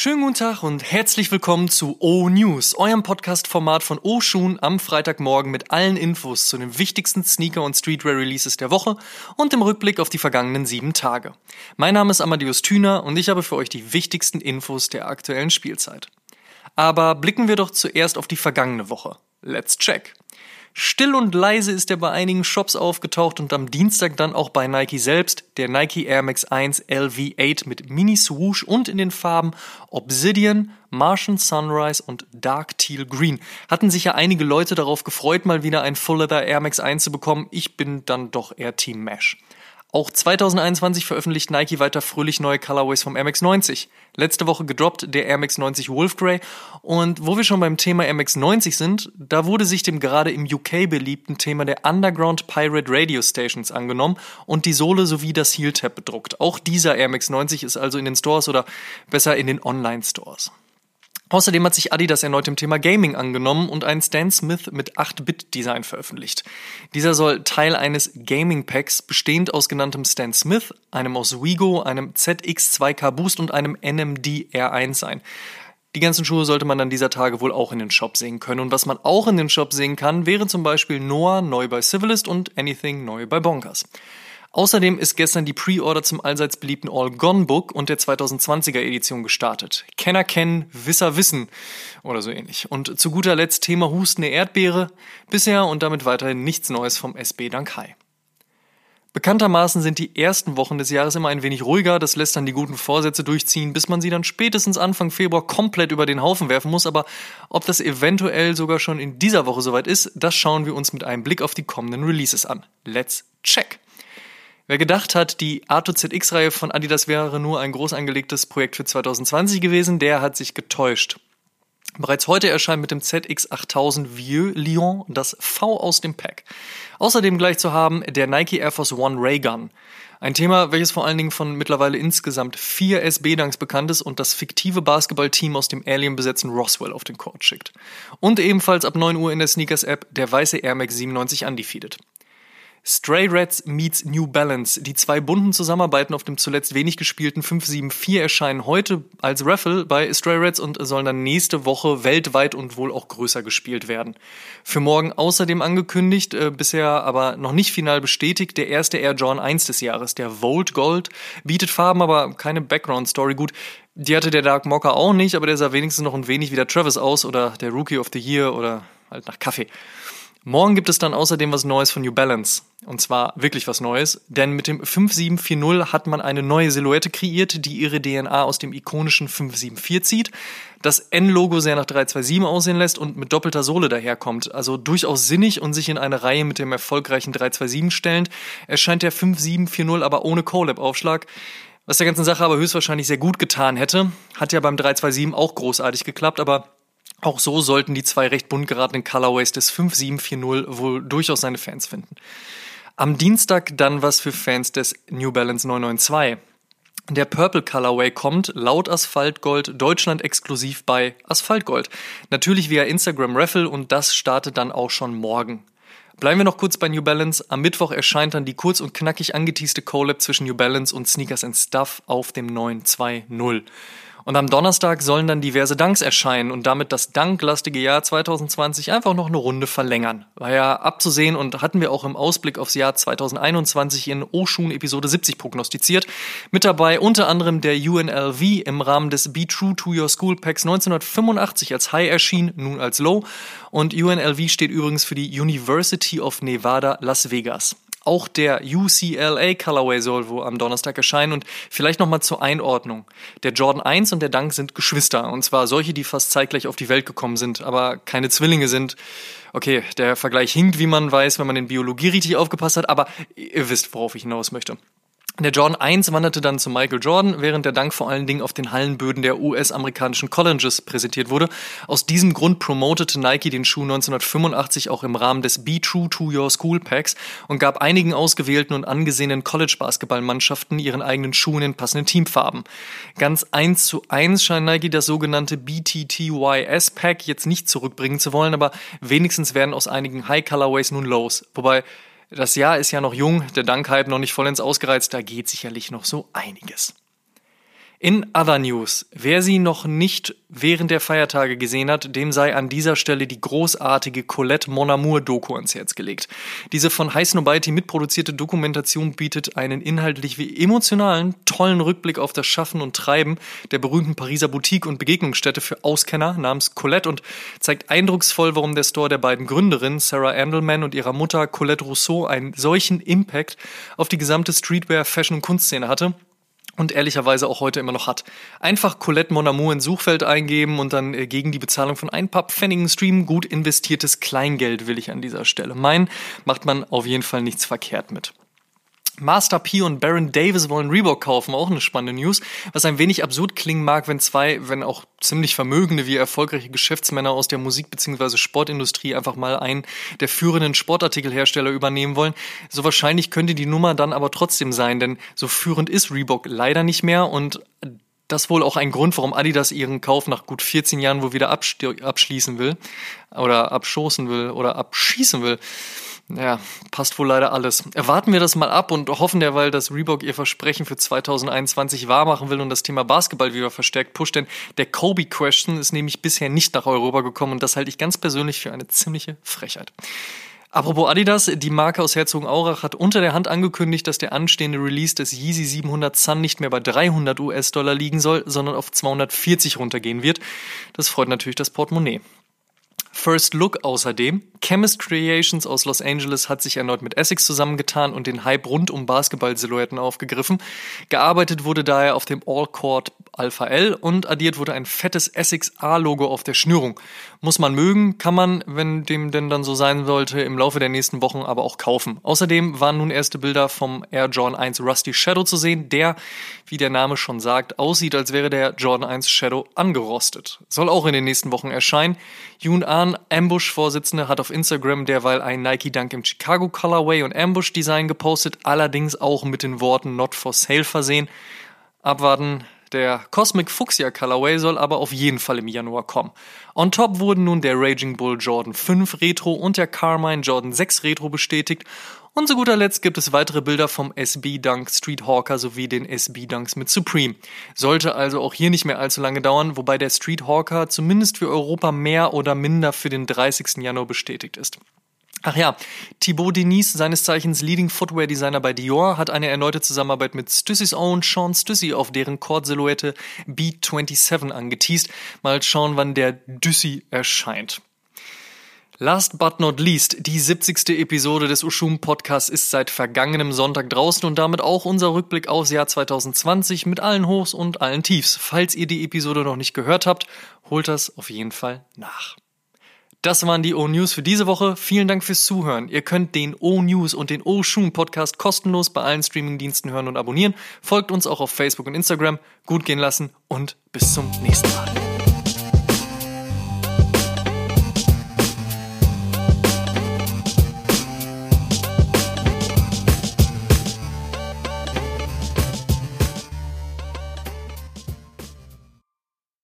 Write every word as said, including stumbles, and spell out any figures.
Schönen guten Tag und herzlich willkommen zu O-News, eurem Podcast-Format von O-Schuhen am Freitagmorgen mit allen Infos zu den wichtigsten Sneaker- und Streetwear-Releases der Woche und dem Rückblick auf die vergangenen sieben Tage. Mein Name ist Amadeus Thüner und ich habe für euch die wichtigsten Infos der aktuellen Spielzeit. Aber blicken wir doch zuerst auf die vergangene Woche. Let's check! Still und leise ist er bei einigen Shops aufgetaucht und am Dienstag dann auch bei Nike selbst, der Nike Air Max eins L V acht mit Mini-Swoosh und in den Farben Obsidian, Martian Sunrise und Dark Teal Green. Hatten sich ja einige Leute darauf gefreut, mal wieder ein Full Leather Air Max eins zu bekommen. Ich bin dann doch eher Team Mesh. Auch zwanzig einundzwanzig veröffentlicht Nike weiter fröhlich neue Colorways vom Air Max neunzig. Letzte Woche gedroppt der Air Max neunzig Wolf Grey. Und wo wir schon beim Thema Air Max neunzig sind, da wurde sich dem gerade im U K beliebten Thema der Underground Pirate Radio Stations angenommen und die Sohle sowie das Heel Tab bedruckt. Auch dieser Air Max neunzig ist also in den Stores oder besser in den Online-Stores. Außerdem hat sich Adidas erneut dem Thema Gaming angenommen und einen Stan Smith mit acht Bit Design veröffentlicht. Dieser soll Teil eines Gaming-Packs bestehend aus genanntem Stan Smith, einem aus Wigo, einem Z X zwei K Boost und einem N M D R eins sein. Die ganzen Schuhe sollte man dann dieser Tage wohl auch in den Shop sehen können. Und was man auch in den Shop sehen kann, wäre zum Beispiel Noah neu bei Civilist und Anything neu bei Bonkers. Außerdem ist gestern die Pre-Order zum allseits beliebten All Gone Book und der zwanzig zwanziger Edition gestartet. Kenner kennen, Wisser wissen oder so ähnlich. Und zu guter Letzt Thema hustende Erdbeere. Bisher und damit weiterhin nichts Neues vom S B dank Hai. Bekanntermaßen sind die ersten Wochen des Jahres immer ein wenig ruhiger, das lässt dann die guten Vorsätze durchziehen, bis man sie dann spätestens Anfang Februar komplett über den Haufen werfen muss. Aber ob das eventuell sogar schon in dieser Woche soweit ist, das schauen wir uns mit einem Blick auf die kommenden Releases an. Let's check! Wer gedacht hat, die Arto Z X-Reihe von Adidas wäre nur ein groß angelegtes Projekt für zwanzig zwanzig gewesen, der hat sich getäuscht. Bereits heute erscheint mit dem Z X achttausend Vieux Lyon das V aus dem Pack. Außerdem gleich zu haben der Nike Air Force One Raygun. Ein Thema, welches vor allen Dingen von mittlerweile insgesamt vier S B-Dunks bekannt ist und das fiktive Basketballteam aus dem Alien-besetzten Roswell auf den Court schickt. Und ebenfalls ab neun Uhr in der Sneakers-App der weiße Air Max siebenundneunzig Undefeated. Stray Reds meets New Balance. Die zwei bunten Zusammenarbeiten auf dem zuletzt wenig gespielten fünf sieben vier erscheinen heute als Raffle bei Stray Reds und sollen dann nächste Woche weltweit und wohl auch größer gespielt werden. Für morgen außerdem angekündigt, äh, bisher aber noch nicht final bestätigt, der erste Air Jordan eins des Jahres, der Volt Gold, bietet Farben, aber keine Background-Story. Gut, die hatte der Dark Mocha auch nicht, aber der sah wenigstens noch ein wenig wie der Travis aus oder der Rookie of the Year oder halt nach Kaffee. Morgen gibt es dann außerdem was Neues von New Balance. Und zwar wirklich was Neues, denn mit dem fünf sieben vier null hat man eine neue Silhouette kreiert, die ihre D N A aus dem ikonischen fünf sieben vier zieht, das N-Logo sehr nach drei zwei sieben aussehen lässt und mit doppelter Sohle daherkommt. Also durchaus sinnig und sich in eine Reihe mit dem erfolgreichen drei zwei sieben stellend, erscheint der fünf sieben vier null aber ohne Colab-Aufschlag, was der ganzen Sache aber höchstwahrscheinlich sehr gut getan hätte. Hat ja beim drei zwei sieben auch großartig geklappt, aber auch so sollten die zwei recht bunt geratenen Colorways des fünf sieben vier null wohl durchaus seine Fans finden. Am Dienstag dann was für Fans des New Balance neun neun zwei. Der Purple Colorway kommt laut Asphaltgold Deutschland exklusiv bei Asphaltgold. Natürlich via Instagram Raffle und das startet dann auch schon morgen. Bleiben wir noch kurz bei New Balance. Am Mittwoch erscheint dann die kurz und knackig angeteaste Collab zwischen New Balance und Sneakers and Stuff auf dem neun zwei null. Und am Donnerstag sollen dann diverse Dunks erscheinen und damit das Dunk-lastige Jahr zwanzig zwanzig einfach noch eine Runde verlängern. War ja abzusehen und hatten wir auch im Ausblick aufs Jahr zwanzig einundzwanzig in O-Schuhen Episode siebzig prognostiziert. Mit dabei unter anderem der U N L V im Rahmen des Be True to Your School Packs neunzehnhundertfünfundachtzig als High erschien, nun als Low. Und U N L V steht übrigens für die University of Nevada, Las Vegas. Auch der U C L A Colorway soll wohl am Donnerstag erscheinen und vielleicht nochmal zur Einordnung. Der Jordan eins und der Dunk sind Geschwister und zwar solche, die fast zeitgleich auf die Welt gekommen sind, aber keine Zwillinge sind. Okay, der Vergleich hinkt, wie man weiß, wenn man in Biologie richtig aufgepasst hat, aber ihr wisst, worauf ich hinaus möchte. Der Jordan eins wanderte dann zu Michael Jordan, während der Dunk vor allen Dingen auf den Hallenböden der U S-amerikanischen Colleges präsentiert wurde. Aus diesem Grund promotete Nike den Schuh neunzehnhundertfünfundachtzig auch im Rahmen des Be True to Your School Packs und gab einigen ausgewählten und angesehenen College-Basketballmannschaften ihren eigenen Schuh in den passenden Teamfarben. Ganz eins zu eins scheint Nike das sogenannte B T T Y S-Pack jetzt nicht zurückbringen zu wollen, aber wenigstens werden aus einigen High-Colorways nun Lows. Wobei das Jahr ist ja noch jung, der Dunk-Hype noch nicht vollends ausgereizt, da geht sicherlich noch so einiges. In Other News, wer sie noch nicht während der Feiertage gesehen hat, dem sei an dieser Stelle die großartige Colette Mon Amour-Doku ans Herz gelegt. Diese von High Snobiety mitproduzierte Dokumentation bietet einen inhaltlich wie emotionalen, tollen Rückblick auf das Schaffen und Treiben der berühmten Pariser Boutique- und Begegnungsstätte für Auskenner namens Colette und zeigt eindrucksvoll, warum der Store der beiden Gründerinnen, Sarah Andelman und ihrer Mutter Colette Rousseau, einen solchen Impact auf die gesamte Streetwear-, Fashion- und Kunstszene hatte. Und ehrlicherweise auch heute immer noch hat. Einfach Colette Mon Amour ins Suchfeld eingeben und dann äh, gegen die Bezahlung von ein paar Pfennigen streamen. Gut investiertes Kleingeld, will ich an dieser Stelle meinen. Macht man auf jeden Fall nichts verkehrt mit. Master P und Baron Davis wollen Reebok kaufen, auch eine spannende News, was ein wenig absurd klingen mag, wenn zwei, wenn auch ziemlich vermögende wie erfolgreiche Geschäftsmänner aus der Musik- bzw. Sportindustrie einfach mal einen der führenden Sportartikelhersteller übernehmen wollen. So wahrscheinlich könnte die Nummer dann aber trotzdem sein, denn so führend ist Reebok leider nicht mehr und das wohl auch ein Grund, warum Adidas ihren Kauf nach gut vierzehn Jahren wohl wieder absch- abschließen will oder abschoßen will oder abschießen will. Ja, passt wohl leider alles. Erwarten wir das mal ab und hoffen derweil, dass Reebok ihr Versprechen für zwanzig einundzwanzig wahrmachen will und das Thema Basketball wieder verstärkt pusht, denn der Kobe-Question ist nämlich bisher nicht nach Europa gekommen und das halte ich ganz persönlich für eine ziemliche Frechheit. Apropos Adidas, die Marke aus Herzogenaurach hat unter der Hand angekündigt, dass der anstehende Release des Yeezy siebenhundert Sun nicht mehr bei dreihundert US-Dollar liegen soll, sondern auf zweihundertvierzig runtergehen wird. Das freut natürlich das Portemonnaie. First Look außerdem. Chemist Creations aus Los Angeles hat sich erneut mit Essex zusammengetan und den Hype rund um Basketball-Silhouetten aufgegriffen. Gearbeitet wurde daher auf dem All-Court Alpha L und addiert wurde ein fettes Essex A-Logo auf der Schnürung. Muss man mögen, kann man, wenn dem denn dann so sein sollte, im Laufe der nächsten Wochen aber auch kaufen. Außerdem waren nun erste Bilder vom Air Jordan eins Rusty Shadow zu sehen, der, wie der Name schon sagt, aussieht, als wäre der Jordan eins Shadow angerostet. Soll auch in den nächsten Wochen erscheinen. Yoon Ahn, Ambush-Vorsitzende, hat auf Instagram derweil ein Nike Dunk im Chicago Colorway und Ambush Design gepostet, allerdings auch mit den Worten Not for Sale versehen. Abwarten. Der Cosmic Fuchsia Colorway soll aber auf jeden Fall im Januar kommen. On top wurden nun der Raging Bull Jordan fünf Retro und der Carmine Jordan sechs Retro bestätigt. Und zu guter Letzt gibt es weitere Bilder vom S B Dunk Street Hawker sowie den S B Dunks mit Supreme. Sollte also auch hier nicht mehr allzu lange dauern, wobei der Street Hawker zumindest für Europa mehr oder minder für den dreißigsten Januar bestätigt ist. Ach ja, Thibaut Denis, seines Zeichens Leading Footwear Designer bei Dior, hat eine erneute Zusammenarbeit mit Stüssy's Own Sean Stüssy auf deren Cord-Silhouette B siebenundzwanzig angeteast. Mal schauen, wann der Düssy erscheint. Last but not least, die siebzigste Episode des Oshun Podcasts ist seit vergangenem Sonntag draußen und damit auch unser Rückblick aufs Jahr zwanzig zwanzig mit allen Hochs und allen Tiefs. Falls ihr die Episode noch nicht gehört habt, holt das auf jeden Fall nach. Das waren die O-News für diese Woche. Vielen Dank fürs Zuhören. Ihr könnt den O-News und den Oshun Podcast kostenlos bei allen Streamingdiensten hören und abonnieren. Folgt uns auch auf Facebook und Instagram. Gut gehen lassen und bis zum nächsten Mal.